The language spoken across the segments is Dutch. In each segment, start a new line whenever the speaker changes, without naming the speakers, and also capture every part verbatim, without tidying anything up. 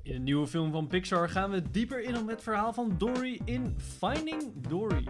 In een nieuwe film van Pixar gaan we dieper in op het verhaal van Dory in Finding Dory.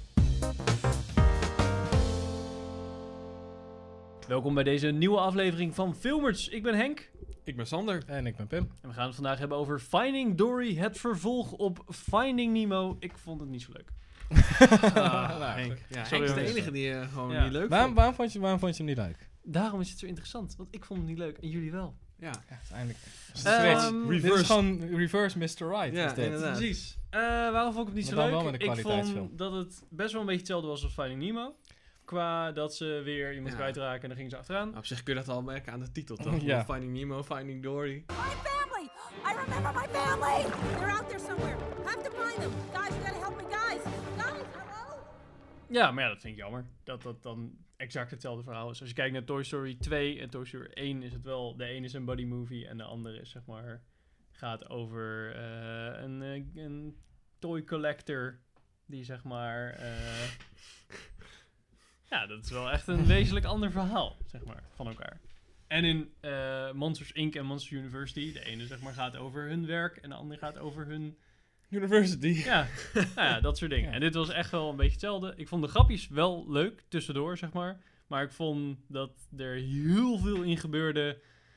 Welkom bij deze nieuwe aflevering van Filmers. Ik ben Henk.
Ik ben Sander.
En ik ben Pim.
En we gaan het vandaag hebben over Finding Dory, het vervolg op Finding Nemo. Ik vond het niet zo leuk.
Ah,
Nou,
Henk. Ja,
sorry,
Henk is de
jongens.
enige die je gewoon
Ja.
niet leuk
Waarom,
vond.
waarom, vond je, waarom vond je hem niet leuk?
Daarom is het zo interessant, want ik vond het niet leuk en jullie wel.
Ja,
Ja, uiteindelijk.
Ehm,
Dit is
reverse.
gewoon reverse mister Right.
Ja,
is dit.
inderdaad.
Precies. Uh, waarom vond ik het niet
Maar
zo
dan
leuk?
wel met een
Ik
kwaliteitsfilm.
vond dat het best wel een beetje hetzelfde was als Finding Nemo. Qua dat ze weer iemand
Ja.
kwijtraken en dan gingen ze achteraan.
Nou, op zich kun je dat al merken aan de titel, toch?
Ja.
Finding Nemo, Finding Dory.
My family! I remember my family! They're out there somewhere. Have to find them. Guys, you gotta help me, guys. Guys, hello?
Ja, maar ja, dat vind ik jammer. Dat dat dan exact hetzelfde verhaal is. Als je kijkt naar Toy Story twee en Toy Story één is het wel... De ene is een buddy movie en de andere is zeg maar... Gaat over uh, een, uh, een toy collector die zeg maar... Uh, ja, dat is wel echt een wezenlijk ander verhaal, zeg maar, van elkaar. En in uh, Monsters Incorporated en Monsters University, de ene zeg maar gaat over hun werk en de andere gaat over hun...
University.
Ja, nou ja, dat soort dingen.
Ja.
En dit was echt wel een beetje hetzelfde. Ik vond de grapjes wel leuk, tussendoor, zeg maar. Maar ik vond dat er heel veel in gebeurde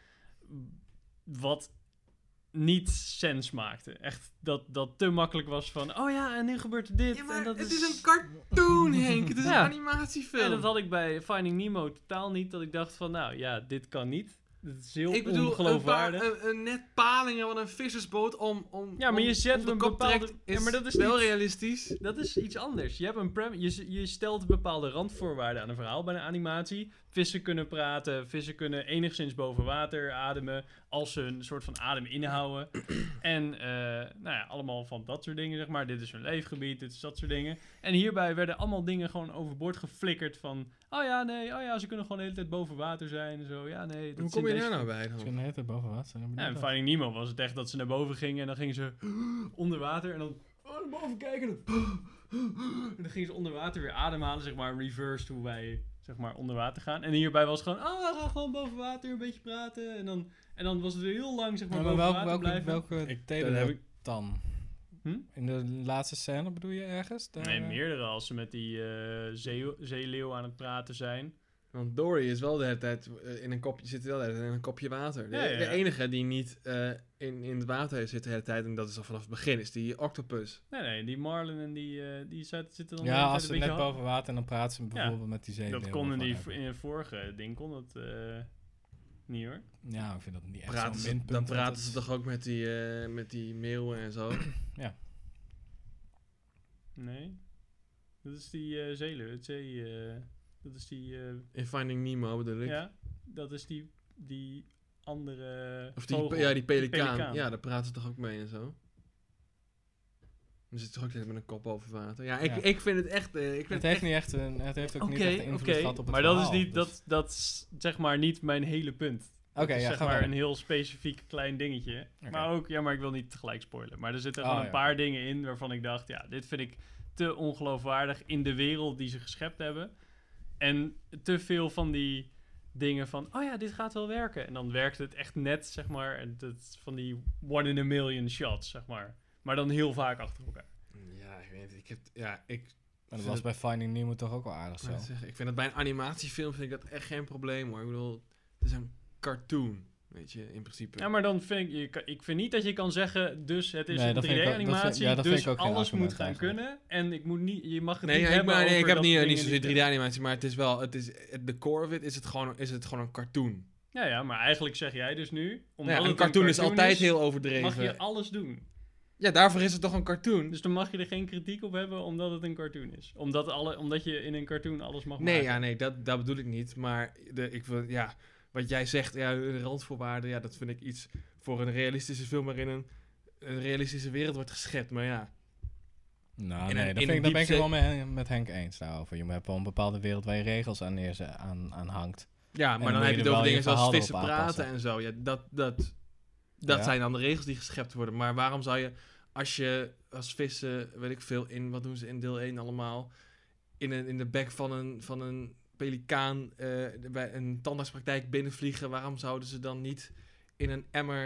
wat niet sens maakte. Echt dat dat te makkelijk was van... Oh ja, en nu gebeurt er dit.
Ja, maar
en dat
het
is...
is een cartoon, Henk. Het is
Ja.
een animatiefilm.
En dat had ik bij Finding Nemo totaal niet. Dat ik dacht van, nou ja, dit kan niet. Het is heel
Ik bedoel, een, paar,
ongeloofwaardig.
een, een net palingen van een vissersboot om, om
Ja, maar je
om-
zet
om de
een
kop
bepaalde-
trekt,
Ja,
is
maar dat is
wel
niet-
realistisch.
Dat is iets anders. Je, hebt een prem- je, je stelt bepaalde randvoorwaarden aan een verhaal bij een animatie. Vissen kunnen praten, vissen kunnen enigszins boven water ademen als ze een soort van adem inhouden. En eh, nou ja, allemaal van dat soort dingen, zeg maar. Dit is hun leefgebied, dit is dat soort dingen. En hierbij werden allemaal dingen gewoon overboord geflikkerd van... Oh ja, nee, oh ja, ze kunnen gewoon de hele tijd boven water zijn en zo. Ja, nee. Dat
Hoe
is
kom
in
je
deze
daar nou
film.
bij
Als je
dan?
een hele tijd boven water zijn, dan
Ja, in
bedoel je
Finding Nemo was het echt dat ze naar boven gingen en dan gingen ze onder water en dan oh, naar boven kijken en dan, en dan gingen ze onder water weer ademhalen, zeg maar reversed hoe wij zeg maar onder water gaan. En hierbij was het gewoon, oh, we gaan gewoon boven water een beetje praten en dan, en dan was het weer heel lang zeg maar
dat. Ja,
boven
maar
water
welke,
blijven.
welke
Ik-
delen
dat heb
heb
ik-
dan?
Hm?
In de laatste scène bedoel je ergens? Daar,
Nee,
eh,
meerdere als ze met die uh, zee- zeeleeuw aan het praten zijn.
Want Dory is wel de hele tijd eh, in een kopje, zit wel de hele tijd in een kopje water. De,
Ja, ja, ja.
de enige die niet eh, in, in het water zit de hele tijd, en dat is al vanaf het begin, is die octopus.
Nee, nee, die Marlin en die, uh, die zit- zitten dan de
Ja,
hele
als
tijd
ze
een
net
beetje ha-
boven water en dan praten ze bijvoorbeeld met die zee.
Dat kon in, die, in het vorige ding, kon dat uh, niet hoor.
Ja, ik vind dat niet echt
Praten
zo'n
ze,
minpunt.
dan
want
praten
het-
ze toch ook met die, eh, met die meeuwen en zo.
Nee. Dat is die uh, zeeleeuw, het zee... Uh, dat is die... Uh,
In Finding Nemo bedoel ik.
ja, dat is die, die andere
Of die,
vogel.
ja, die pelikaan.
pelikaan.
Ja, daar praten ze toch ook mee en zo. Dan zit ze toch ook net met een kop boven water. Ja, ik,
Ja.
ik vind het echt... Uh, ik vind
Het heeft niet echt een, het heeft ook
Oké,
niet echt een invloed
oké,
gehad op het
maar dat is
verhaal,
niet,
dus-
dat, dat is zeg maar niet mijn hele punt.
Oké,
Dat is
ja,
zeg
ga
maar
maar.
een heel specifiek klein dingetje.
Oké.
Maar ook, ja, maar ik wil niet tegelijk spoilen. Maar er zitten
Oh,
gewoon een
ja.
paar dingen in waarvan ik dacht, ja, dit vind ik te ongeloofwaardig in de wereld die ze geschept hebben. En te veel van die dingen van, oh ja, dit gaat wel werken. En dan werkt het echt net, zeg maar, en dat is van die one in a million shots, zeg maar. Maar dan heel vaak achter elkaar.
Ja, ik weet het. Ik heb... Ja, ik...
Maar dat was bij Finding Nemo toch ook wel aardig
Ik
zo.
wou net zeggen, ik vind dat bij een animatiefilm vind ik dat echt geen probleem hoor. Ik bedoel, het is een cartoon, weet je, in principe.
Ja, maar dan vind ik, je, kan- ik vind niet dat je kan zeggen, dus het is
Nee,
een
dat vind ik ook- dat vind-
drie D-animatie,
ja, dat vind
dus
ik ook geen
alles moet
argument
gaan
eigenlijk.
kunnen. En ik moet niet, je mag het
nee,
niet
ja, ik,
hebben
maar, nee,
over
ik heb
dat
niet, eh,
dingen
niet zozeer
niet-
drie D-animatie, maar het is wel, het is, het- de core of it is het gewoon, is het gewoon een cartoon.
Ja, ja, maar eigenlijk zeg jij dus nu, omdat
Ja,
het
een cartoon is altijd
is,
heel
mag
overdreven.
je alles doen.
Ja, daarvoor is het toch een cartoon?
Dus dan mag je er geen kritiek op hebben omdat het een cartoon is. Omdat, alle, omdat je in een cartoon alles mag
Nee,
maken.
ja, nee, dat, dat bedoel ik niet. Maar de, ik wil, ja, wat jij zegt, ja, de randvoorwaarden, ja, dat vind ik iets voor een realistische film waarin een, een realistische wereld wordt geschept. Maar ja,
Nou,
In
nee,
een-
dat
in
vind ik,
een
daar ben ik het wel
diepzee-
mee, met Henk eens daarover. Je hebt wel een bepaalde wereld waar je regels aan, neerze, aan, aan hangt.
ja maar
dan
dan
moet
heb
je
je
er
het over
wel je
dingen zoals
verhaal
vissen
erop
praten
aanpassen.
en zo. Ja, dat, dat, dat
Ja.
zijn dan de regels die geschept worden. Maar waarom zou je, als je als vissen, weet ik veel, in, wat doen ze in deel één allemaal, in, een, in de bek van een, van een pelikaan eh, bij een tandartspraktijk binnenvliegen, waarom zouden ze dan niet in een emmer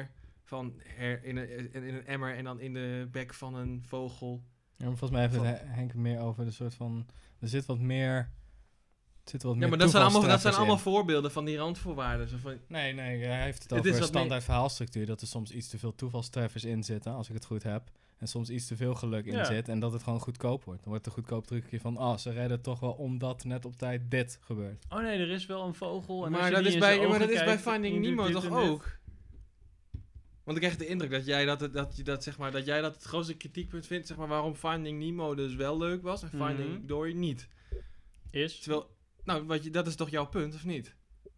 van her, in, een, in een emmer en dan in de bek van een vogel.
Ja, maar volgens mij heeft het
Van-
Hen- Henk meer over de soort van... Er zit wat meer... Er zit wat
Ja,
meer
maar dat zijn allemaal, dat zijn allemaal
toevalstreffers
voorbeelden van die randvoorwaarden. Zo van,
in. Nee, nee, hij heeft het
Het
over
is wat
standaard
meer-
verhaalstructuur. Dat er soms iets te veel toevalstreffers in zitten, als ik het goed heb. En soms iets te veel geluk in
Ja.
zit. En dat het gewoon goedkoop wordt. Dan wordt de goedkoop trucje van... Oh, ze redden toch wel omdat net op tijd dit gebeurt.
Oh nee, er is wel een vogel. En
maar
als je
dat
die
is
in
bij,
zijn
ja, maar dat
ogen
is bij
kijkt,
Finding
dan doet
Nemo
dit
toch
en dit.
ook? Want ik krijg de indruk dat jij dat, het- dat, je dat, zeg maar, dat jij dat het grootste kritiekpunt vindt, zeg maar, waarom Finding Nemo dus wel leuk was en Finding
Mhm.
Dory niet.
Is
Terwijl, nou, wat je, dat is toch jouw punt, of niet?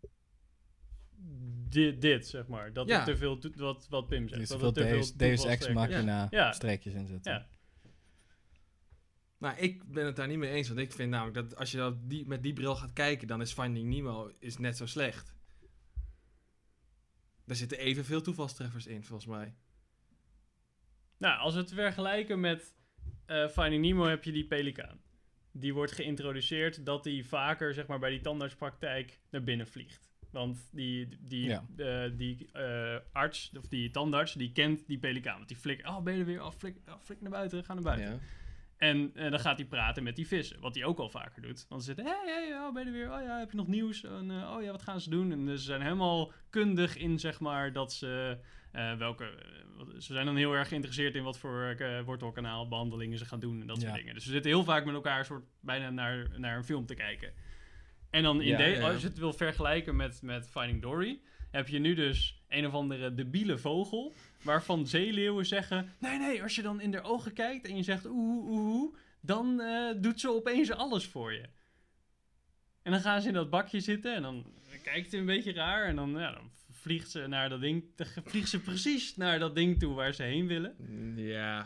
dit, dit, zeg maar. Dat
Ja.
er te veel, to- wat, wat Pim
Er
zegt.
is
dat
veel
er te veel
Deus, Deus Ex
toevalstrekkers-
Machina
Ja.
streekjes in zitten.
Ja.
Nou, ik ben het daar niet mee eens, want ik vind namelijk dat als je dat die, met die bril gaat kijken, dan is Finding Nemo is net zo slecht. Daar zitten evenveel toevalstreffers in, volgens mij.
Nou, als we het vergelijken met eh, Finding Nemo heb je die pelikaan. Die wordt geïntroduceerd dat die vaker, zeg maar, bij die tandartspraktijk naar binnen vliegt. Want die, die,
Ja.
eh, die eh, arts, of die tandarts, die kent die pelikaan. Want die flikt, oh ben je er weer, oh flik, oh, flik naar buiten, ga naar buiten.
Ja.
En eh, dan gaat hij praten met die vissen, wat hij ook al vaker doet. Dan zitten, hé, hey, hey, oh, ben je er weer? Oh ja, heb je nog nieuws? En, eh, oh ja, wat gaan ze doen? En dus ze zijn helemaal kundig in, zeg maar, dat ze... eh, welke, eh, wat- ze zijn dan heel erg geïnteresseerd in wat voor eh, wortelkanaalbehandelingen ze gaan doen en dat soort
Ja.
dingen. Dus ze zitten heel vaak met elkaar soort bijna naar, naar een film te kijken. En dan in
Ja,
de,
ja.
als je het wil vergelijken met, met Finding Dory, heb je nu dus een of andere debiele vogel, waarvan zeeleeuwen zeggen, nee, nee, als je dan in de ogen kijkt en je zegt oeh, oeh, oeh, dan eh, doet ze opeens alles voor je. En dan gaan ze in dat bakje zitten en dan kijkt ze een beetje raar en dan, ja, dan vliegt ze naar dat ding, dan vliegt ze precies naar dat ding toe waar ze heen willen.
Ja.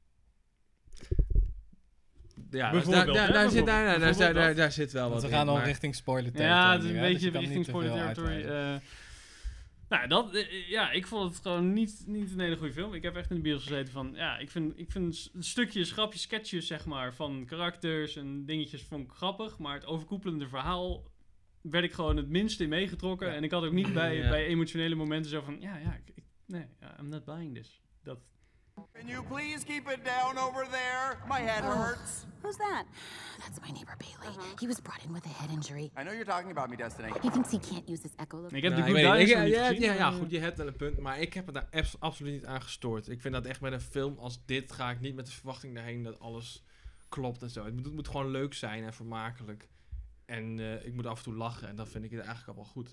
Ja,
Bijvoorbeeld,
daar, daar,
hè,
daar, zit, daar, daar, daar,
bijvoorbeeld
daar,
dat.
daar zit wel
Want
wat
we gaan
in,
al
maar-
richting spoiler
Ja, het is
territory
een
nu, hè, dus
beetje
je kan
richting
niet te veel
spoiler territory.
uitweiden.
eh. nou, dat, eh, ja, ik vond het gewoon niet, niet een hele goede film. Ik heb echt in de bios gezeten van, ja, ik vind, ik vind s- stukjes, grapjes, sketches, zeg maar, van karakters en dingetjes vond ik grappig. Maar het overkoepelende verhaal werd ik gewoon het minst in meegetrokken.
Ja.
En ik had ook niet bij,
Ja.
bij emotionele momenten zo van, ja, ja, ik, ik- nee, ja, I'm not buying this. Dat,
Can you please keep it down over there? My head
Oh.
hurts.
Who's that?
That's my neighbor Bailey.
Uh-huh.
He was brought in with a head injury.
I know you're talking about me, Destiny.
He thinks he can't use his echolocation.
ik heb
Nou,
de
ik
Good
weet niet.
Dinosaur
Ik-
niet
ja,
gezien.
ja, ja,
maar-
goed, je hebt wel een punt. Maar ik heb het daar abs- absoluut niet aan gestoord. Ik vind dat echt met een film als dit ga ik niet met de verwachting daarheen dat alles klopt en zo. Het moet, het moet gewoon leuk zijn en vermakelijk. En eh, ik moet af en toe lachen en dan vind ik het eigenlijk al wel goed.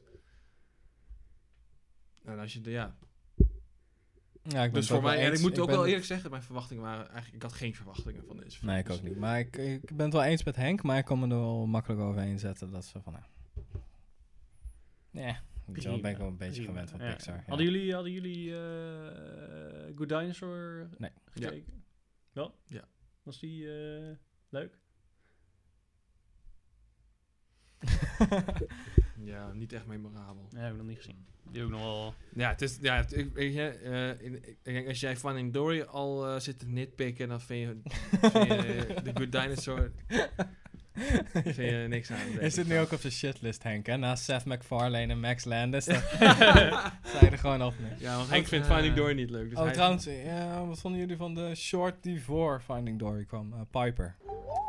En als je de, ja.
Ja, ik ben
Dus
het
voor
ook wel
mij, en ik
eens.
moet ook
ben
wel
het-
eerlijk zeggen, mijn verwachtingen waren eigenlijk, ik had geen verwachtingen van deze film.
Nee, ik
Dus-
ook niet. Maar ik, ik ben het wel eens met Henk, maar ik kan me er wel makkelijk overheen zetten. Dat ze van, nou... Ja, zo ben ik wel een beetje
Prima,
gewend van
ja.
Pixar. Ja.
Hadden jullie, hadden jullie eh, Good Dinosaur
Nee.
gekeken? Wel?
Ja.
Was die eh, leuk?
Ja, niet echt memorabel.
Nee, heb ik nog niet gezien. Die heb ik nog wel...
Ja, het is, ja, het- ik, weet je, eh, in- ik denk als jij Finding Dory al eh, zit te nitpicken, dan vind je, vind je eh, The Good Dinosaur vind je niks aan. denk
Is dit
ik.
nu ook op de shitlist, Henk, hè? Naast Seth MacFarlane en Max Landis. Dan sta je er gewoon op. Nee.
Ja, want Henk
Oh,
vindt
eh,
Finding Dory niet leuk. Dus
Oh,
hij-
trouwens, ja, wat vonden jullie van de short die voor Finding Dory kwam? Eh, Piper.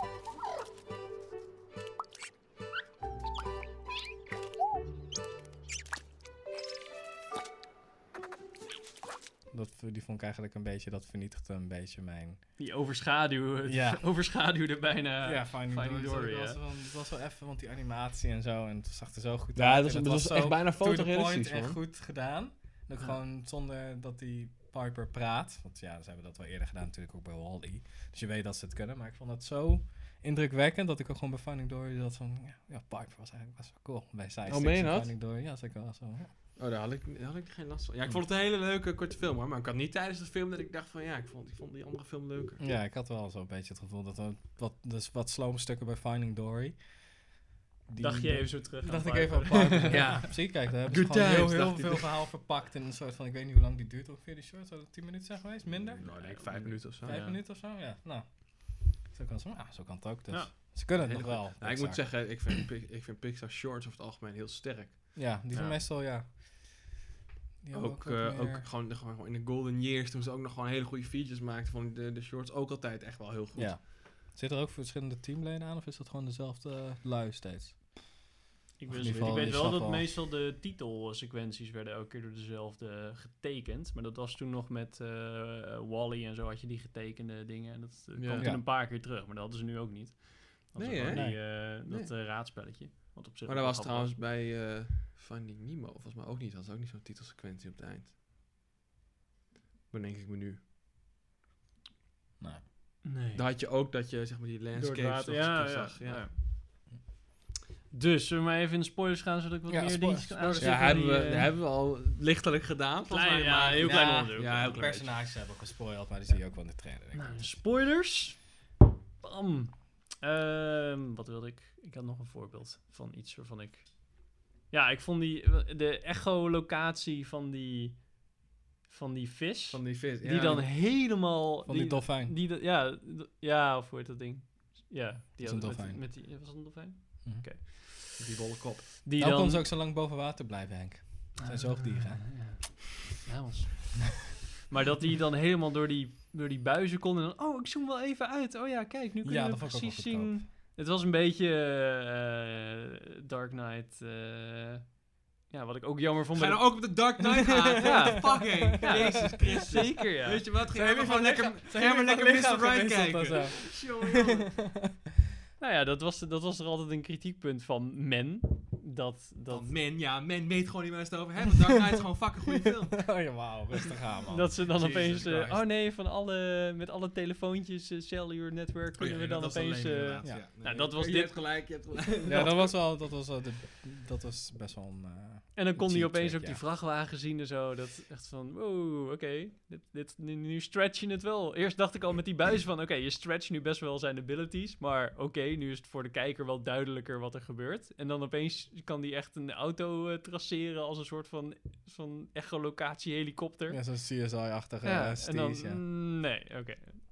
Dat, die vond ik eigenlijk een beetje, dat vernietigde een beetje mijn...
Die overschaduw,
Ja.
overschaduwde bijna
ja, Finding,
Finding
Dory.
Dory,
dat, was
ja.
wel, dat was wel even, want die animatie en zo, en het zag er zo goed
Ja,
uit.
dat
en
was-
het
dat was echt bijna
to the
fotorealistisch,
point en
man.
goed gedaan. En ook gewoon zonder dat die Piper praat. Want ja, ze hebben dat wel eerder gedaan natuurlijk ook bij Wall-E. Dus je weet dat ze het kunnen. Maar ik vond het zo indrukwekkend dat ik ook gewoon bij Finding Dory dat van... Ja, ja, Piper was eigenlijk best wel cool. Bij Side
Oh, meen je dat?
Finding Dory, ja, zeker wel zo. Ja.
Oh, daar had, ik, daar had ik geen last van. Ja, ik vond het een hele leuke korte film hoor. Maar ik had niet tijdens de film dat ik dacht van ja, ik vond, ik vond die andere film leuker.
Ja, ik had wel zo'n beetje het gevoel dat er wat, dus wat slome stukken bij Finding Dory... die-
Dacht je even zo terug aan
dacht ik
Piper.
even aan Piper. Ja, zie kijk, daar hebben ze
Good
gewoon heel,
times,
heel
dacht ik.
veel verhaal verpakt in een soort van, ik weet niet hoe lang die duurt ongeveer, die short. Zou dat tien minuten zijn geweest? Minder?
Nou, ik denk vijf minuten of zo.
Vijf
ja.
minuten of zo? Ja, nou. Zo kan, zo, ja, zo kan het ook dus.
Ja.
Ze kunnen het
Hele
nog
goed.
wel.
Nou, ik
Pixar.
moet zeggen, ik vind, Pi- ik vind Pixar shorts over het algemeen heel sterk.
Ja, die zijn
Ja.
meestal, ja... Die hadden
Ook,
wat
eh,
meer-
ook gewoon, gewoon in de golden years, toen ze ook nog gewoon hele goede features maakten, vond ik de, de shorts ook altijd echt wel heel goed.
Ja. Zit er ook verschillende teamleden aan of is dat gewoon dezelfde uh, lui steeds?
Ik,
Of
wist-
in ieder
ik
geval,
weet
je
wel
zag
dat
wel-
meestal de titelsequenties werden elke keer door dezelfde getekend. Maar dat was toen nog met uh, Wall-E en zo had je die getekende dingen. En dat uh,
Ja.
kwam
Ja.
toen een paar keer terug, maar dat hadden ze nu ook niet. Dat
Nee,
was
hè?
gewoon die, uh, dat
Nee.
uh, raadspelletje. Wat op zich
Maar
ook
dat
wel
was
grappig
trouwens bij uh, Finding Nemo, volgens mij ook niet. Dat was ook niet zo'n titelsequentie op het eind. Bedenk ik me nu.
Nee.
Nee.
Daar had je ook dat je zeg maar die
Door het
landscapes
water.
nog
Ja,
eens
ja,
zag.
ja.
Ja.
Dus, zullen we maar even in de spoilers gaan, zodat ik wat
Ja,
meer
spo-
dingetjes kan
spoilers.
aanstippen
Ja, hebben we,
die, uh,
dat hebben we al lichtelijk gedaan. volgens
Klein,
mij,
ja,
maar-
heel klein onderdeel.
Ja, heel
De
klein.
personages hebben ook gespoild, maar die zie je ook wel in de trailer. Denk ik.
Nou, spoilers. Bam. Ehm, wat wilde ik? Ik had nog een voorbeeld van iets waarvan ik... Ja, ik vond die... De echolocatie van die... Van die vis.
Van die vis.
die
ja,
dan helemaal...
Van die dolfijn.
Die, dat- ja, d- ja, of hoe heet dat ding? Ja. Die
is een
had- met-
dolfijn.
Met, die, was dat een dolfijn?
Mhm.
Oké.
die bolle kop.
Die
Nou
dan...
kon ze ook zo lang boven water blijven, Henk. Het zijn zoogdieren, hè?
Ah, ja. Ja, was- maar dat die dan helemaal door die, door die buizen kon en dan... Oh, ik zoom wel even uit. Oh ja, kijk, nu kunnen
Ja,
we
dat vond ik ook
precies
wel goedkoop.
zien... Het was een beetje eh, Dark Knight... eh, ja, wat ik ook jammer vond
Ga je
bij
nou ook op de Dark Knight gaan?
Ja.
Fucking.
Ja.
Jezus Christus.
Zeker, ja.
Weet je wat? Ga
Zijn
je
jullie
gewoon
van
lekker,
lichaam-
ga
zijn
je maar
jullie
lekker
van
mister
lichaam
Right
gewisseld of
kijken.
zo?
Jongen, jongen.
Nou ja, dat was, dat was er altijd een kritiekpunt van men. Dat... dat
Want men, ja, men weet gewoon niet waar ze het over hebben. Dark Knight is gewoon een fucking goede film.
Oh ja, wauw, rustig aan, man.
Dat ze dan
Jesus
opeens... eh,
Christ.
oh nee, van alle, met alle telefoontjes, uh, cellular network, kunnen we dan opeens... eh,
ja.
ja.
Nou, dat was
je
dit-
hebt gelijk, je hebt gelijk.
Ja, dat was wel, dat was, wel de, dat was best wel een... eh,
En dan kon hij
cheap
opeens
trick,
ook die
ja.
vrachtwagen zien en zo. Dat echt van, wow, oké. Dit, dit, nu, nu stretch je het wel. Eerst dacht ik al met die buis van, oké, je stretch nu best wel zijn abilities. Maar oké, nu is het voor de kijker wel duidelijker wat er gebeurt. En dan opeens kan die echt een auto uh, traceren als een soort van, van echolocatie helikopter.
Ja, zo'n C S I-achtige
Ja,
uh,
en dan,
steez, ja.
mm, nee, oké.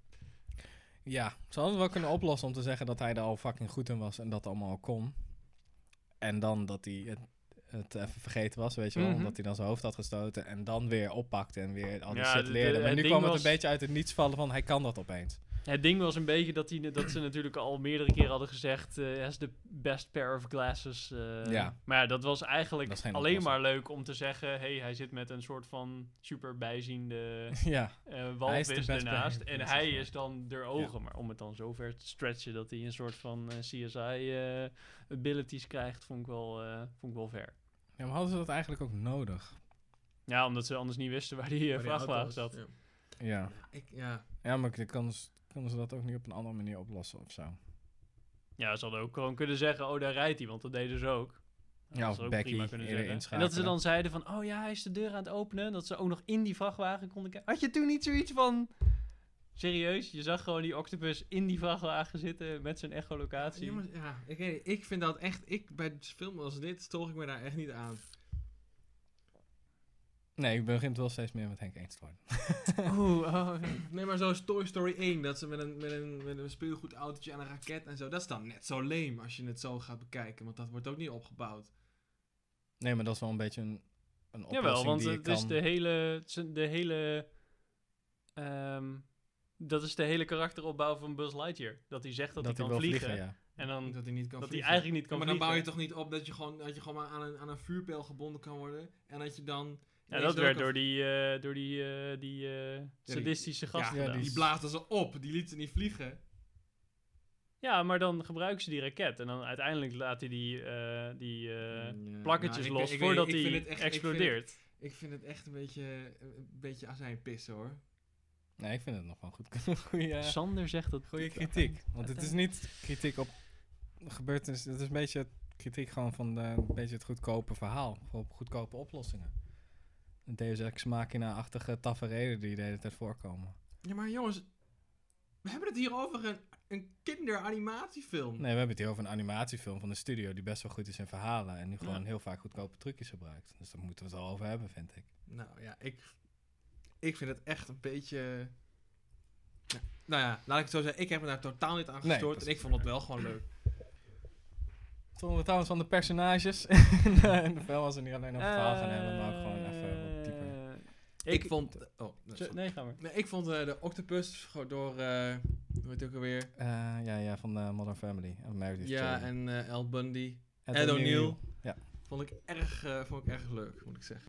Ja, ze hadden het wel kunnen oplossen om te zeggen dat hij er al fucking goed in was en dat allemaal al kon. En dan dat hij het, het even vergeten was, weet je wel.
Mhm.
Omdat hij dan zijn hoofd had gestoten en dan weer oppakte en weer al die
Ja,
shit
de-
leerde.
de-
Maar
het
nu
ding
kwam het
was-
een beetje uit het niets vallen van hij kan dat opeens.
Het ding was een beetje dat, die, dat ze natuurlijk al meerdere keren hadden gezegd... eh has the best pair of glasses. eh.
Ja.
Maar ja, dat was eigenlijk
Dat is geen
alleen
oplossing.
maar leuk om te zeggen... hey, hij zit met een soort van super bijziende
Ja,
eh
Hij is de
walvis
best
ernaast.
pair,
En
dat is
hij
waar.
is dan de ogen. Maar om het dan zover te stretchen dat hij een soort van eh, C S I eh, abilities krijgt... Vond ik, wel, eh, vond ik wel fair.
ja, maar hadden ze dat eigenlijk ook nodig?
Ja, omdat ze anders niet wisten waar die eh,
Waar die
vrachtwagen
auto's,
zat.
ja.
Ja,
Ik, ja.
ja maar ik- kan, konden ze dat ook niet op een andere manier oplossen of zo?
Ja, ze hadden ook gewoon kunnen zeggen... oh, daar rijdt hij, want dat deden ze ook. Dat
Ja,
hadden
of
ze ook
Becky
prima kunnen
eerder
zeggen. En
inschakelen.
dat ze dan zeiden van... oh ja, hij is de deur aan het openen. Dat ze ook nog in die vrachtwagen konden kijken. Had je toen niet zoiets van... Serieus? Je zag gewoon die octopus in die vrachtwagen zitten... met zijn echolocatie.
Ja, maar, ja, ik, weet niet, ik vind dat echt... Ik, bij films als dit stoor ik me daar echt niet aan.
Nee, ik begin het wel steeds meer met Henk eens te worden.
Oeh, oh.
Nee, maar zoals Toy Story één, dat ze met een, met een, met een speelgoedautootje en een raket en zo, dat is dan net zo lame als je het zo gaat bekijken, want dat wordt ook niet opgebouwd.
Nee, maar dat is wel een beetje een, een oplossing
Jawel, want
die je
het is
kan...
de hele... De hele ehm, dat is de hele karakteropbouw van Buzz Lightyear. Dat hij zegt dat,
dat
hij
hij
kan
wil
vliegen.
vliegen, ja.
En dan
Dat hij niet kan
dat hij
vliegen.
eigenlijk niet kan
Ja, maar dan bouw je
vliegen.
toch niet op dat je gewoon, dat je gewoon maar aan een, aan een vuurpijl gebonden kan worden en dat je dan...
Ja,
ineens
dat werd
ook
door
een-
die, eh, door die, eh, die eh, sadistische gast
ja,
gedaan.
Die blaasden ze op, die lieten ze niet vliegen.
Ja, maar dan gebruiken ze die raket. En dan uiteindelijk laat hij die, eh, die eh,
Ja,
plakketjes
nou, ik-
los
ik weet-
voordat
ik vind
hij
het echt- ik vind
explodeert.
Ik vind het echt een beetje, een beetje azijn pissen hoor.
Nee, ik vind het nog wel goed. Goeie,
Sander zegt dat...
goeie kritiek. Want het is niet kritiek op gebeurtenissen. Het is een beetje kritiek gewoon van de, een beetje het goedkope verhaal. Op goedkope oplossingen. Een Deus Ex Machina-achtige tafereelen die de hele tijd voorkomen.
Ja, maar jongens, we hebben het hier over een, een kinderanimatiefilm.
Nee, we hebben het hier over een animatiefilm van de studio die best wel goed is in verhalen. En nu gewoon
Ja.
heel vaak goedkope trucjes gebruikt. Dus daar moeten we het al over hebben, vind ik.
Nou ja, ik, ik vind het echt een beetje... Ja, nou ja, laat ik het zo zeggen. Ik heb me daar totaal niet aan
Nee,
gestoord.
dat is
en ik vond het wel gewoon leuk.
Wat vonden we trouwens van de personages? In de film was het niet alleen over het verhaal gaan hebben, maar ook gewoon even wat dieper.
Ik, ik vond... Oh, nee,
Zo, nee, ga maar.
nee, ik vond uh, de octopus gewoon door... Uh, hoe heet het ook alweer?
Uh, ja, ja, van uh, Modern Family. Meredith
ja,
Children.
en uh, Al Bundy.
Ed,
Ed
O'Neill.
O'Neill.
Ja.
Vond ik, erg, uh, vond ik erg leuk, moet ik zeggen.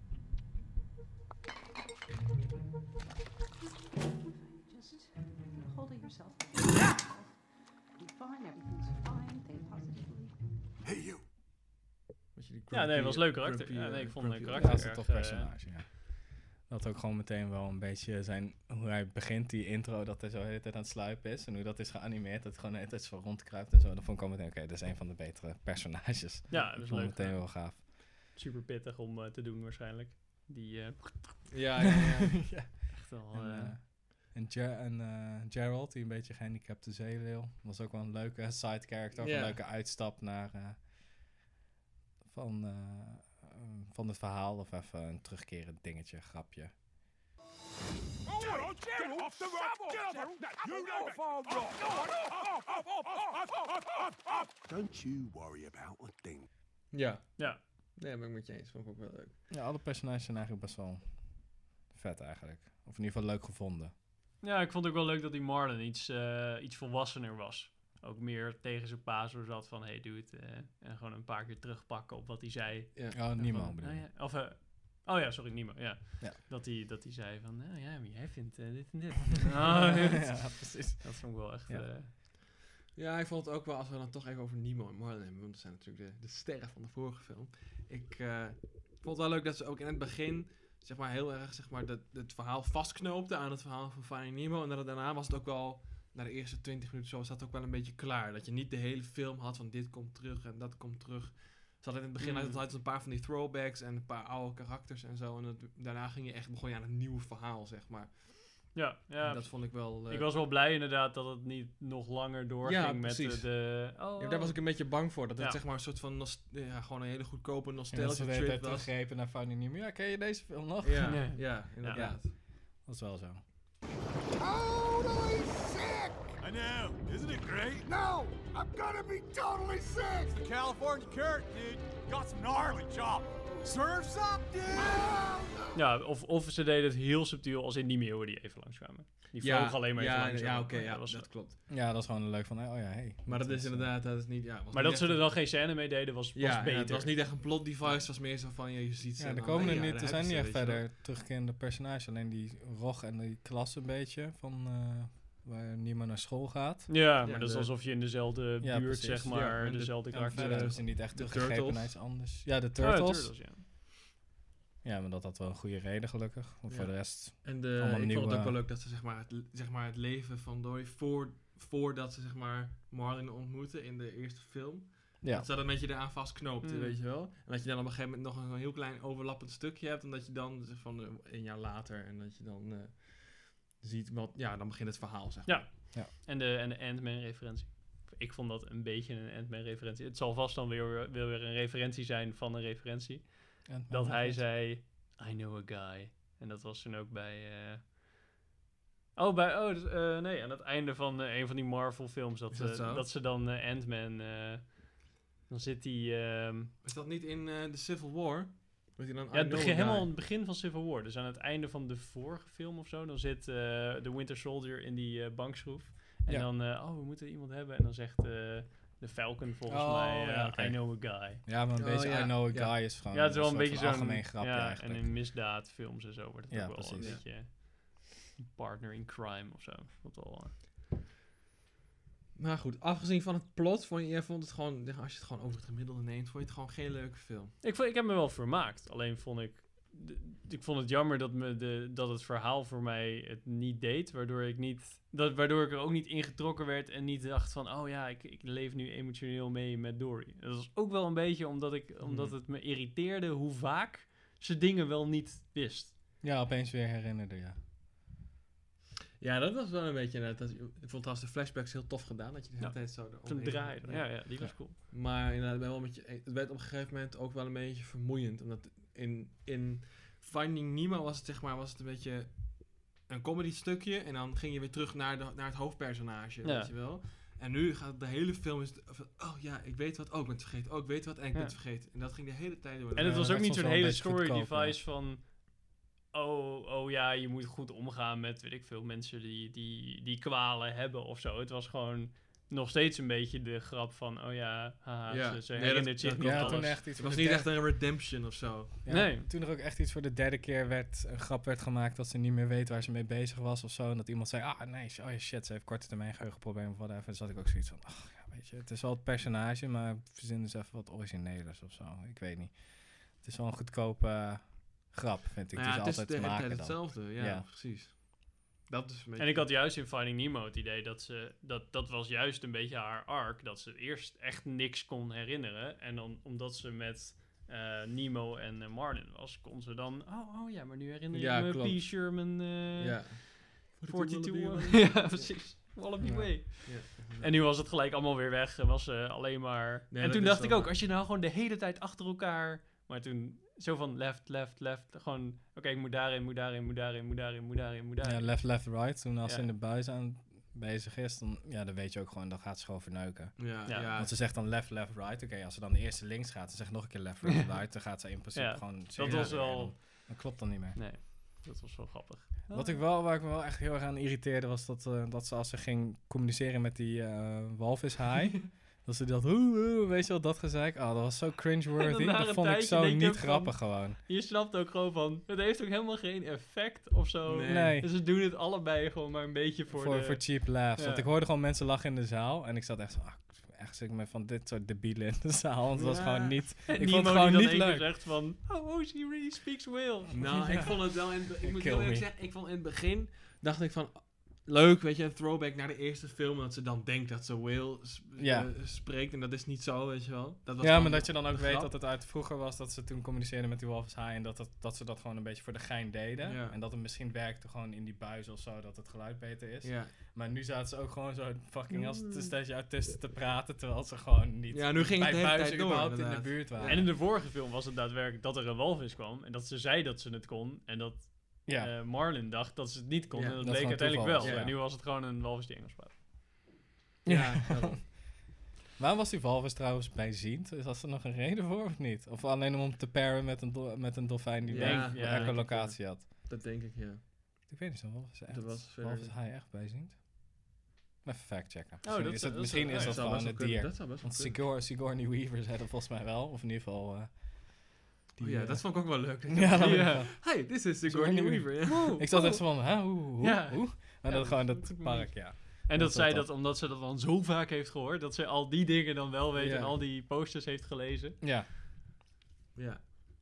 Just get a hold of yourself. Yeah. Be fine, everything's fine. Think positively.
Hey, you.
Ja, nee, het was een leuk karakter. Ja, nee, ik vond een karakter
Ja, dat is een
erg,
tof
uh,
personage, ja. Dat ook gewoon meteen wel een beetje zijn... Hoe hij begint, die intro, dat hij zo de hele tijd aan het sluipen is. En hoe dat is geanimeerd, dat hij gewoon de hele tijd zo rondkruipt en zo. Dat vond ik al meteen, oké, okay, dat is een van de betere personages.
Ja, dat is leuk.
meteen wel gaaf.
Super pittig om uh, te doen waarschijnlijk. Die... Uh,
ja, ja, ja.
ja.
Echt wel...
En,
Uh,
uh, en, Ger- en uh, Gerald, die een beetje gehandicapte zeeleeuw. Was ook wel een leuke side character.
Yeah.
Een leuke uitstap naar... Uh, van... Uh, van het verhaal of even een terugkerend dingetje, grapje.
Oh, Gerald, off the rock! Get up! You know it! Don't you worry about a thing.
Ja.
Ja.
Nee, ben ik met je eens. Vond ik ook wel leuk.
Ja, alle personages zijn eigenlijk best wel vet eigenlijk. Of in ieder geval leuk gevonden.
Ja, ik vond het ook wel leuk dat die Marlon iets, uh, iets volwassener was. Ook meer tegen zijn pa zo zat van, hey dude, uh, en gewoon een paar keer terugpakken op wat hij zei.
Ja, oh, Nemo
van,
bedoel
oh,
je.
ja, of, uh, oh ja, sorry, Nemo, ja.
ja.
Dat hij dat hij zei van, nou ja, maar jij vindt uh, dit en dit. oh,
ja, precies.
Dat vond ik wel echt...
Ja.
Uh,
ja, ik vond het ook wel, als we dan toch even over Nemo en Marlin hebben, want dat zijn natuurlijk de, de sterren van de vorige film. Ik uh, vond het wel leuk dat ze ook in het begin, zeg maar, heel erg, zeg maar, dat, het verhaal vastknoopten aan het verhaal van Finding Nemo. En dat daarna was het ook wel... Na de eerste twintig minuten zo was dat ook wel een beetje klaar. Dat je niet de hele film had van dit komt terug en dat komt terug. Ze hadden in het begin mm. altijd een paar van die throwbacks en een paar oude karakters en zo. En het, daarna ging je echt, begon je aan een nieuw verhaal, zeg maar.
Ja, ja.
En dat vond ik wel... Uh,
ik was wel blij inderdaad dat het niet nog langer doorging
ja,
met de... de oh,
ja, daar was ik een beetje bang voor. Dat het
ja.
zeg maar een soort van... Nost- ja, gewoon een hele goedkope nostalgische
trip
trip
was.
was.
Teruggrepen naar Finding Nemo. Ja, ken je deze film nog?
Ja,
nee.
ja inderdaad.
Ja. Dat is wel zo.
Totally sick! I know. Isn't it great? No! I'm gonna be totally sick! It's the California carrot, dude. Got some gnarly chop. Surf's up, dude!
Ja, of, of ze deden het heel subtiel als in die meeuwen die even langskwamen. Die
ja,
vlogen alleen maar even
ja,
langs.
Ja, oké, okay, ja,
dat, was
dat klopt.
Ja, dat is gewoon leuk van, oh ja, hey.
Maar dat, dat is
is,
inderdaad, dat is niet... Ja, was
maar
niet
dat ze er dan geen scène mee deden was, was
ja,
beter.
Ja, het was niet echt een plot device, het was meer zo van, ja, je ziet ze...
Ja, er komen er niet, er zijn niet echt verder terugkerende personages. Alleen die Rog en die klas een beetje, van uh, waar niemand naar school gaat.
Ja, maar
ja,
dat is
de,
alsof je in dezelfde
ja,
buurt,
precies.
zeg maar,
ja,
dezelfde
de,
karakter
verder
hebt.
is er niet echt
de
teruggegrepen
Turtles.
naar iets anders. Ja, de Turtles.
Oh, ja, Turtles, ja.
Ja, maar dat had wel een goede reden gelukkig. Maar
ja.
voor de rest...
En de, ik
nieuwe,
vond het ook wel leuk dat ze zeg maar het, zeg maar, het leven van Dory voor, voordat ze zeg maar Marlin ontmoeten in de eerste film.
Ja.
Dat ze dat een beetje eraan vastknoopt,
Mm.
weet je wel. En dat je dan op een gegeven moment nog een heel klein overlappend stukje hebt. En dat je dan zeg, van uh, een jaar later en dat je dan uh, ziet wat, ja, dan begint het verhaal zeg maar.
Ja,
ja.
En de, en de Ant-Man referentie. Ik vond dat een beetje een Ant-Man referentie. Het zal vast dan weer, weer weer een referentie zijn van een referentie.
En
Dat hij zei, I know a guy. En dat was toen ook bij... Uh... Oh, bij, oh uh, nee, aan het einde van uh, een van die Marvel films. Dat,
dat,
uh, dat ze dan uh, Ant-Man... Uh, dan zit hij... Um...
Is dat niet in uh, The Civil War? Hij dan,
ja, het begin, helemaal aan het begin van Civil War. Dus aan het einde van de vorige film of zo. Dan zit uh, de Winter Soldier in die uh, bankschroef. En ja. dan, uh, oh, we moeten iemand hebben. En dan zegt... Uh, de Falcon volgens oh, mij, uh, ja, okay. I know a guy.
Ja, maar een
oh,
beetje
ja.
I know a
ja.
guy is gewoon
ja, het is wel
een,
een beetje zo'n
algemeen grapje
ja,
eigenlijk.
En in misdaadfilms en zo wordt het
ja,
ook wel
precies.
een beetje een partner in crime of zo. Dat wel, uh...
Maar goed, afgezien van het plot, vond je, jij vond het gewoon, als je het gewoon over het gemiddelde neemt, vond je het gewoon geen leuke film?
Ik, vond, ik heb me wel vermaakt. Alleen vond ik, de, ik vond het jammer dat, me de, dat het verhaal voor mij het niet deed. Waardoor ik, niet, dat, waardoor ik er ook niet ingetrokken werd en niet dacht van, oh ja, ik, ik leef nu emotioneel mee met Dory. Dat was ook wel een beetje omdat, ik, hmm. omdat het me irriteerde hoe vaak ze dingen wel niet wist.
Ja, opeens weer herinnerde, ja.
Ja, dat was wel een beetje... Dat, ik vond trouwens de flashbacks heel tof gedaan. Dat je de hele
ja.
tijd zo...
Zo'n draai. Ja, ja, die was cool.
Maar inderdaad, ben wel met je, het werd op een gegeven moment ook wel een beetje vermoeiend. Omdat in, in Finding Nemo was het zeg maar was het een beetje een comedy stukje. En dan ging je weer terug naar, de, naar het hoofdpersonage, ja. weet je wel. En nu gaat de hele film is van, oh ja, ik weet wat, oh ik ben het vergeten. Oh, ik weet wat en ik ja. ben het vergeten. En dat ging de hele tijd door.
En het was ook niet zo'n hele story device ja. van... oh, oh ja, je moet goed omgaan met, weet ik veel, mensen die, die, die kwalen hebben of zo. Het was gewoon nog steeds een beetje de grap van, oh ja, haha,
Ja.
ze, ze
Nee,
herinnert
dat-
zich
dat
nog
Ja,
alles.
toen echt iets
Het
voor
was
de
niet
derde-
echt een redemption of zo.
Ja,
Nee.
Toen er ook echt iets voor de derde keer werd, een grap werd gemaakt dat ze niet meer weet waar ze mee bezig was of zo. En dat iemand zei, ah nee, oh ja, shit, ze heeft korte termijn geheugenproblemen of whatever. Dus had ik ook zoiets van, ach ja, weet je, het is wel het personage, maar verzin dus even wat originelers of zo. Ik weet niet. Het is wel een goedkope eh, grap, vind ik.
Nou ja,
die
het
ze
is de
altijd
hele
maken
tijd
dan.
hetzelfde. Ja,
Ja.
precies. Dat is een beetje...
En ik had juist in Finding Nemo het idee dat ze... Dat, dat was juist een beetje haar arc. Dat ze eerst echt niks kon herinneren. En dan omdat ze met eh, Nemo en eh, Marlin was... kon ze dan... Oh, oh ja, maar nu herinner je
Ja,
me
klopt.
P. Sherman... eh
ja.
forty-two.
Ja.
Ja, precies. Wallaby
Ja.
Way.
Ja.
En nu was het gelijk allemaal weer weg. En was ze alleen maar...
Nee,
en
dat
toen
is
dacht ik
wel
ook...
waar.
Als je nou gewoon de hele tijd achter elkaar... Maar toen zo van left, left, left. Gewoon... Oké, ik moet daarin, moet daarin, moet daarin, moet daarin, moet daarin, moet daarin.
Ja, left, left, right. Toen als
Ja.
ze in de buis aan bezig is, dan, ja, dan weet je ook gewoon, dan gaat ze gewoon verneuken.
Ja,
Ja.
ja.
Want ze zegt dan left, left, right. Oké, als ze dan de eerste links gaat, dan zegt nog een keer left, left, right. Dan gaat ze in principe
Ja,
gewoon...
Dat
serieus
was
weer.
wel...
Dan, dan klopt dan niet meer.
Nee, dat was wel grappig.
Wat ik wel, waar ik me wel echt heel erg aan irriteerde, was dat, eh, dat ze als ze ging communiceren met die eh walvishaai, dat ze dat, oeh, oeh, weet je wel, dat gezeik. Oh, dat was zo
En
cringeworthy.
dan na
Dat
een
vond ik
tijdje
zo
denk je
niet
ook van-
grappig gewoon.
Je snapt ook gewoon van... Het heeft ook helemaal geen effect of zo.
Nee.
Nee.
Dus ze doen het allebei gewoon maar een beetje voor,
Voor,
de...
voor cheap laughs.
Ja.
Want ik hoorde gewoon mensen lachen in de zaal. En ik zat echt zo, ah, echt zit ik met van dit soort debielen in de zaal. Want het was
Ja.
gewoon niet...
En
Ik
Nemo
vond het
die
gewoon
dan
niet
één keer
leuk.
zegt van... Oh, oh, she really speaks whale.
Nou, ik vond het wel in het be- ik moet
Kill
heel eerlijk
me.
zeggen, ik vond in het begin dacht ik van leuk, weet je, een throwback naar de eerste film dat ze dan denkt dat ze whale s-
Ja.
eh, spreekt en dat is niet zo, weet je wel. Dat was
Ja,
gewoon
maar dat je dan ook
een
weet
grap.
dat het uit vroeger was dat ze toen communiceerden met die walvishaai en dat, het, dat ze dat gewoon een beetje voor de gein deden.
Ja.
En dat het misschien werkte gewoon in die buis of zo, dat het geluid beter is.
Ja.
Maar nu zaten ze ook gewoon zo fucking als het steeds autisten te praten, terwijl ze gewoon niet
Ja, nu ging het
bij
de hele
buizen
tijd door,
überhaupt in de
inderdaad.
buurt waren.
En in de vorige film was het daadwerkelijk dat er een walvis kwam. En dat ze zei dat ze het kon. En dat
ja.
eh, Marlin dacht dat ze het niet kon.
Ja,
en dat,
dat
bleek
gewoon
uiteindelijk wel.
toeval was,
En
ja.
nu was het gewoon een walvis die Engels praat.
Ja, daarom.
Waarom was die walvis trouwens bijziend? Is dat er nog een reden voor of niet? Of alleen om hem te paren met een, do- met een dolfijn die
Ja,
wel
ja,
een
denk ik
echolocatie had?
dat denk ik, ja.
Ik weet niet, zo'n walvis echt.
Dat was verder-
walvis haai echt bijziend? Even fact checken.
dat
Misschien is
is-
het,
dat is-
misschien
ja,
is
dat
dat
zou
gewoon
best wel
het
kunnen,
dier.
Dat zou best wel
Want
kunnen.
Sigour- Sigourney Weaver zei dat volgens mij wel. Of in ieder geval... eh, die,
Oh ja,
eh,
dat vond ik ook wel leuk.
ja, dat
Ja.
vond ik wel.
Hey, this is Sigourney
Sigourney
Weaver. Ja.
Ik zat echt zo van, hè, hoe, hoe,
Ja.
hoe? Maar
Ja,
dat gewoon
dat
dat
doet me
park, ja.
En dat
Dat
zij
dat.
dat, omdat ze dat dan zo vaak heeft gehoord, dat ze al die dingen dan wel weet
Ja.
en al die posters heeft gelezen.
Ja.
Ja.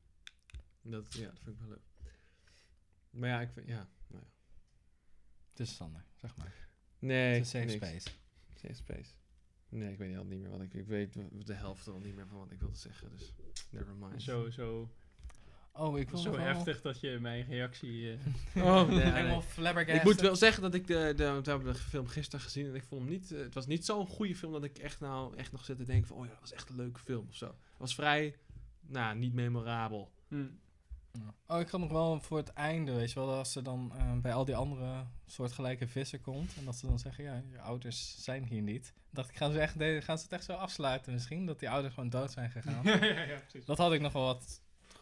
Dat, ja, dat vind ik wel leuk. Maar ja, ik vind, ja. Nou ja.
Het is Sander, zeg maar.
Nee,
Het is een safe
niks.
space.
Safe space. Nee, ik weet al niet meer wat ik... Ik weet w- de helft al niet meer van wat ik wilde zeggen, dus never mind.
Zo, zo,
Oh, ik wil
zo
nog wel-
heftig dat je mijn reactie... eh,
Oh, nee,
Helemaal
nee.
flabbergasted.
Ik moet wel zeggen dat ik de, de, we hebben de film gisteren gezien en ik vond hem niet... eh, het was niet zo'n goede film dat ik echt nou echt nog zit te denken van... Oh ja, dat was echt een leuke film of zo. Het was vrij, nou, niet memorabel.
hm.
Oh, ik ga nog wel voor het einde, weet je wel, als ze dan eh, bij al die andere soortgelijke vissen komt en dat ze dan zeggen, ja, je ouders zijn hier niet. Dacht ik, gaan ze, echt, de- gaan ze het echt zo afsluiten misschien, dat die ouders gewoon dood zijn gegaan.
ja, ja, ja, precies.
Dat had ik nog wel wat,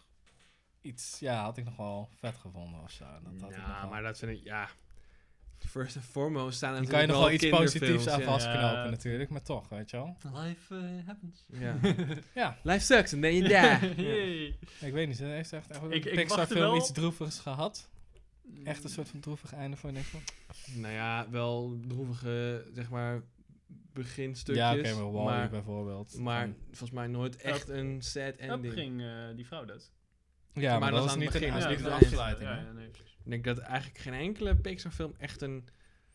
iets, ja, had ik nog wel vet gevonden of zo. Dat had ik nog
Ja,
wel.
maar dat vind ik, ja... First and foremost staan
Dan kan je nog wel iets positiefs aan
ja.
vastknopen
Ja.
natuurlijk, maar toch, weet je wel.
Life eh, happens.
Ja.
Ja,
Life sucks and then you die. Ja.
Yay.
ik weet niet, ze heeft echt echt
Ik-
een
ik
Pixar
wachtte
film
wel-
iets droevigs gehad. Echt een soort van droevig einde voor niks van.
Nou ja, wel droevige, zeg maar, beginstukjes.
Ja, oké, maar Wall-E
maar,
bijvoorbeeld.
maar
Van-
volgens mij nooit echt een sad
Up
ending.
ging eh, die vrouw dood.
ja,
maar
maar
dat
dat
is
was
aan het
niet een,
begin,
dat
dus
is
niet
niet
het
een
eind.
afsluiting.
Ja,
hè?
ja, nee, precies.
Ik denk dat eigenlijk geen enkele Pixar film echt een,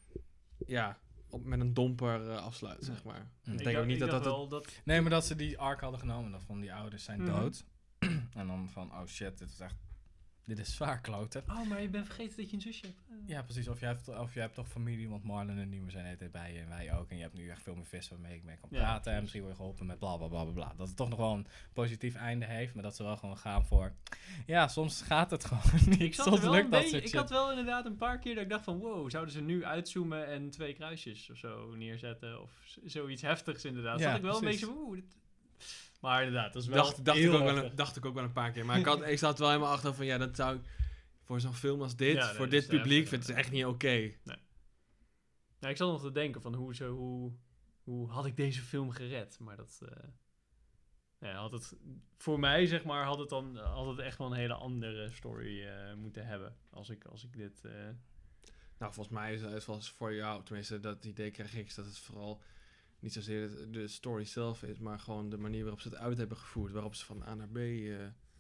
ja, op, met een domper eh, afsluit, zeg maar.
Hm.
Ik
Ik
denk ook
dacht-
niet
ik
dat
dacht
dat...
wel dat...
Nee, maar dat ze die arc hadden genomen, dat van die ouders zijn
Mhm.
dood. En dan van, oh shit, dit is echt, dit is zwaar kloten.
Oh, maar je bent vergeten dat je een zusje hebt.
Ja, precies. Of je hebt, of je hebt toch familie, want Marlon en Nemo zijn de hele tijd bij je en wij ook. En je hebt nu echt veel meer vissen waarmee ik mee kan
Ja,
praten. En
precies.
misschien word je geholpen met bla bla bla bla bla. Dat het toch nog wel een positief einde heeft, maar dat ze wel gewoon gaan voor... Ja, soms gaat het gewoon niet.
Ik, zat
soms
er wel
lukt
een
dat
beetje,
soort
ik
shit.
had wel inderdaad een paar keer dat ik dacht van... Wow, zouden ze nu uitzoomen en twee kruisjes of zo neerzetten? Of z- zoiets heftigs inderdaad.
Ja,
Zat ik wel
precies.
een beetje van... Oeh, dit... Maar inderdaad, dat is wel
Dacht, dacht, ik
heel
ook wel
heftig.
een, dacht ik ook wel een paar keer. Maar ik, had, ik zat wel helemaal achter van, ja, dat zou ik... voor zo'n film als dit,
Ja, nee,
voor
dat
dit
is
publiek,
echt,
vind ik
eh,
het echt niet oké.
Ja, ik zat nog te denken van hoe, zo, hoe, hoe had ik deze film gered? Maar dat... Uh, ja, had het, voor mij, zeg maar, had het dan had het echt wel een hele andere story uh, moeten hebben. Als ik, als ik dit... Uh...
Nou, volgens mij is het wel voor jou, tenminste, dat idee krijg ik, is dat het vooral niet zozeer de, de story zelf is, maar gewoon de manier waarop ze het uit hebben gevoerd. Waarop ze van A naar B... Uh...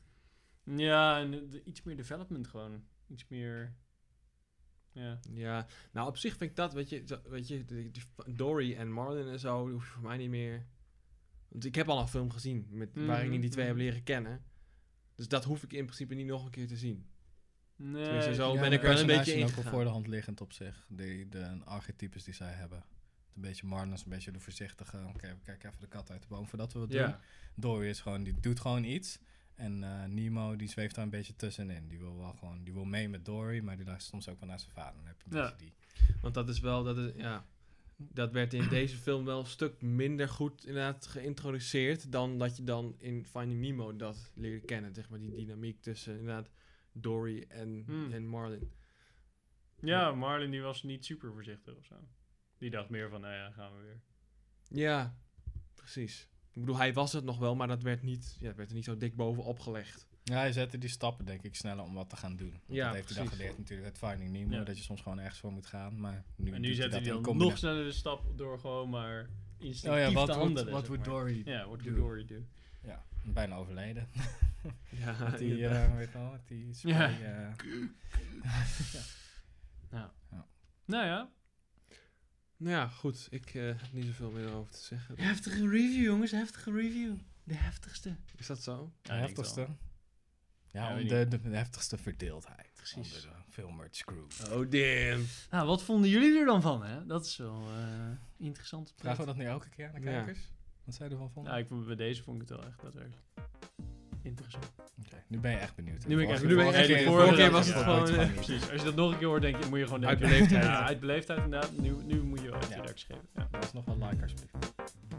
Ja, en de, iets meer development gewoon. Iets meer... Ja.
Ja, nou op zich vind ik dat, weet je, zo, weet je die, die Dory en Marlin en zo, hoef je voor mij niet meer... Want ik heb al een film gezien met, mm-hmm, waarin die twee mm-hmm. heb leren kennen. Dus dat hoef ik in principe niet nog een keer te zien.
Nee.
Tenminste, zo
ja,
ben ik wel een beetje
ingegaan.
ingegaan.
Ook al voor de hand liggend op zich. De, de archetypes die zij hebben. Een beetje Marlin is een beetje de voorzichtige. Oké, okay, we kijken even de kat uit de boom voordat we wat
ja.
doen. Dory is gewoon, die doet gewoon iets. En uh, Nemo, die zweeft daar een beetje tussenin. Die wil wel gewoon, die wil mee met Dory, maar die luistert soms ook wel naar zijn vader. Dan heb je een
ja.
beetje die.
Want dat is wel, dat is, ja... Dat werd in deze film wel een stuk minder goed inderdaad geïntroduceerd dan dat je dan in Finding Nemo dat leerde kennen. Zeg maar die dynamiek tussen inderdaad Dory en, hmm. en Marlin.
Ja, Marlin die was niet super voorzichtig of zo. Die dacht meer van, nou ja, gaan we weer.
Ja, precies. Ik bedoel, hij was het nog wel, maar dat werd niet, ja, werd er niet zo dik bovenop gelegd.
Ja, hij zette die stappen denk ik sneller om wat te gaan doen. Want
ja,
dat heeft
precies.
hij dan geleerd natuurlijk uit Finding Nemo, ja. dat je soms gewoon ergens voor moet gaan. Maar nu,
en nu zet hij dan
combina-
nog sneller de stap door gewoon maar instinctief
oh ja, wat
te handelen.
Wat would Dory
Ja, wat would Dory do?
Ja, bijna overleden.
ja,
met die, uh, weet je wel, met die spray,
ja.
Uh,
ja. Nou. Ja. Nou ja.
Nou ja, goed. Ik uh, heb niet zoveel meer over te zeggen.
Heftige review, jongens. Heftige review. De heftigste.
Is dat zo?
De ja, heftigste. Ja,
ja
om de, de, de heftigste verdeeldheid.
Precies.
Onder de Filmers crew.
Oh, damn.
Nou, wat vonden jullie er dan van, hè? Dat is wel uh, interessant.
Vragen we dat nu elke keer aan de kijkers?
Ja.
Wat zij ervan vonden?
Ja, ik, bij deze vond ik het wel echt daadwerkelijk interessant.
Oké, okay, nu ben je echt benieuwd.
Nu ben ik echt
benieuwd.
Vorige
keer, vorige keer was het
ja,
gewoon...
Ja, precies. Als je dat nog een keer hoort, denk je, moet je gewoon denken...
Uit beleefdheid.
Ja, uit beleefdheid inderdaad. Nu, nu moet je wel echt ja. reactie geven. Ja.
Dat is nog wel like, alsjeblieft.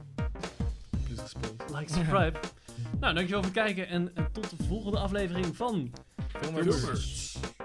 Like, subscribe. Nou, dankjewel voor het kijken en, en tot de volgende aflevering van
Filmers.